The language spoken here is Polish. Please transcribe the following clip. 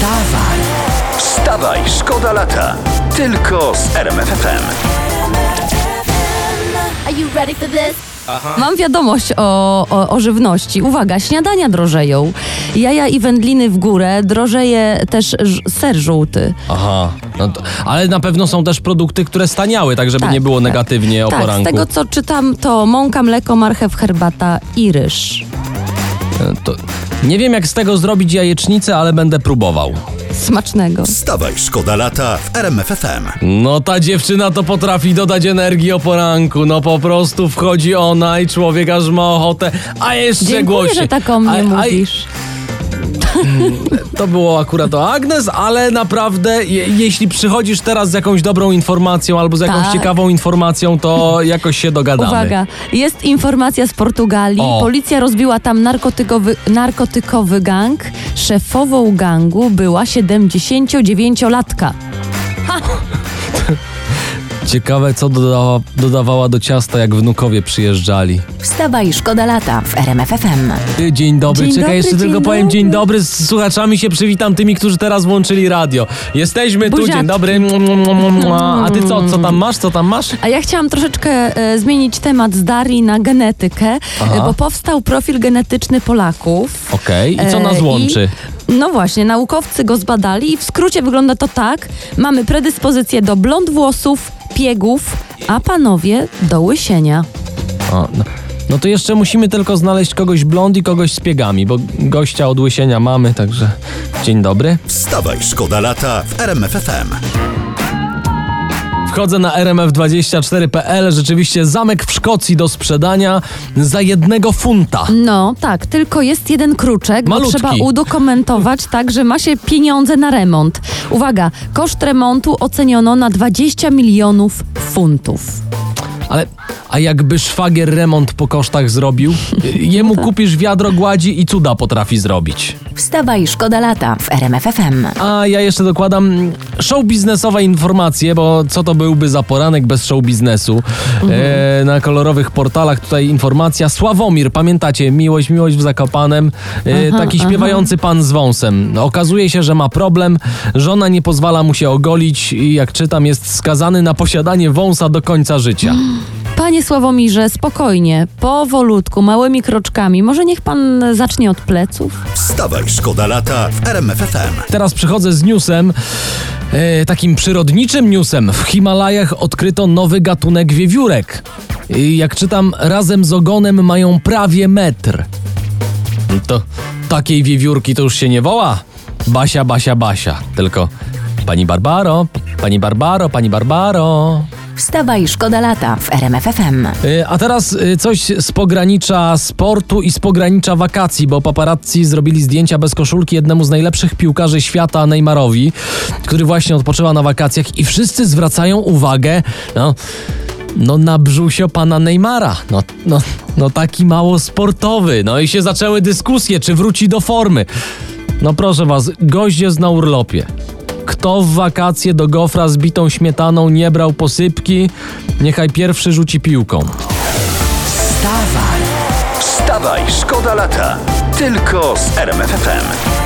Wstawaj! Wstawaj, szkoda lata. Tylko z RMF FM. Are you ready for this? Mam wiadomość o żywności. Uwaga, śniadania drożeją. Jaja i wędliny w górę, drożeje też ser żółty. Aha, no to, ale na pewno są też produkty, które staniały, tak żeby nie było negatywnie o Tak, poranku. z tego co czytam, to mąka, mleko, marchew, herbata i ryż. To nie wiem jak z tego zrobić jajecznicę, ale będę próbował. Smacznego. Wstawaj, szkoda lata w RMF FM. No ta dziewczyna to potrafi dodać energii o poranku. No po prostu wchodzi ona i człowiek aż ma ochotę, a jeszcze Dziękuję, głośniej. że tak o mnie mówisz. To było akurat o Agnes, ale naprawdę jeśli przychodzisz teraz z jakąś dobrą informacją albo z jakąś Tak. ciekawą informacją, to jakoś się dogadamy. Uwaga, jest informacja z Portugalii. O. Policja rozbiła tam narkotykowy gang. Szefową gangu była 79-latka. Ciekawe, co dodawała do ciasta, jak wnukowie przyjeżdżali. Wstawaj, szkoda lata w RMF FM. Dzień dobry, Dzień czekaj, dobry, jeszcze dzień tylko powiem dobry. dzień dobry. Z słuchaczami się przywitam, tymi, którzy teraz włączyli radio. Jesteśmy tu, Buziaczki. dzień dobry. A ty co tam masz? Co tam masz? A ja chciałam troszeczkę zmienić temat z Darii na genetykę, bo powstał profil genetyczny Polaków. Okej, i co nas łączy? No właśnie, naukowcy go zbadali i w skrócie wygląda to tak. Mamy predyspozycję do blond włosów, piegów, a panowie do łysienia. O, no to jeszcze musimy tylko znaleźć kogoś blond i kogoś z piegami, bo gościa od łysienia mamy, także dzień dobry. Wstawaj, szkoda lata w RMF FM. Wchodzę na rmf24.pl, rzeczywiście zamek w Szkocji do sprzedania za 1 funta. No tak, tylko jest jeden kruczek, bo Malutki. trzeba udokumentować tak, że ma się pieniądze na remont. Uwaga, koszt remontu oceniono na 20 milionów funtów. Ale, a jakby szwagier remont po kosztach zrobił? Jemu kupisz wiadro gładzi i cuda potrafi zrobić. Wstawaj, szkoda lata w RMF FM. A ja jeszcze dokładam show biznesowe informacje, bo co to byłby za poranek bez show biznesu. Na kolorowych portalach tutaj informacja. Sławomir, pamiętacie, Miłość w Zakopanem, taki śpiewający pan z wąsem. Okazuje się, że ma problem, żona nie pozwala mu się ogolić i jak czytam, jest skazany na posiadanie wąsa do końca życia. Panie Sławomirze, spokojnie, powolutku, małymi kroczkami. Może niech pan zacznie od pleców? Wstawaj, szkoda lata w RMF FM. Teraz przychodzę z newsem, takim przyrodniczym newsem. W Himalajach odkryto nowy gatunek wiewiórek. Jak czytam, razem z ogonem mają prawie metr. To takiej wiewiórki to już się nie woła Basia, Basia, Basia, tylko Pani Barbaro, Pani Barbaro, Pani Barbaro. Wstawaj, szkoda lata w RMF FM. A teraz coś z pogranicza sportu i z pogranicza wakacji, bo paparazzi zrobili zdjęcia bez koszulki jednemu z najlepszych piłkarzy świata, Neymarowi, który właśnie odpoczywa na wakacjach i wszyscy zwracają uwagę na brzusio pana Neymara. No taki mało sportowy. No i się zaczęły dyskusje, czy wróci do formy. No proszę was, gość jest na urlopie. Kto w wakacje do gofra z bitą śmietaną nie brał posypki, niechaj pierwszy rzuci piłką. Wstawaj, szkoda lata. Tylko z RMF FM.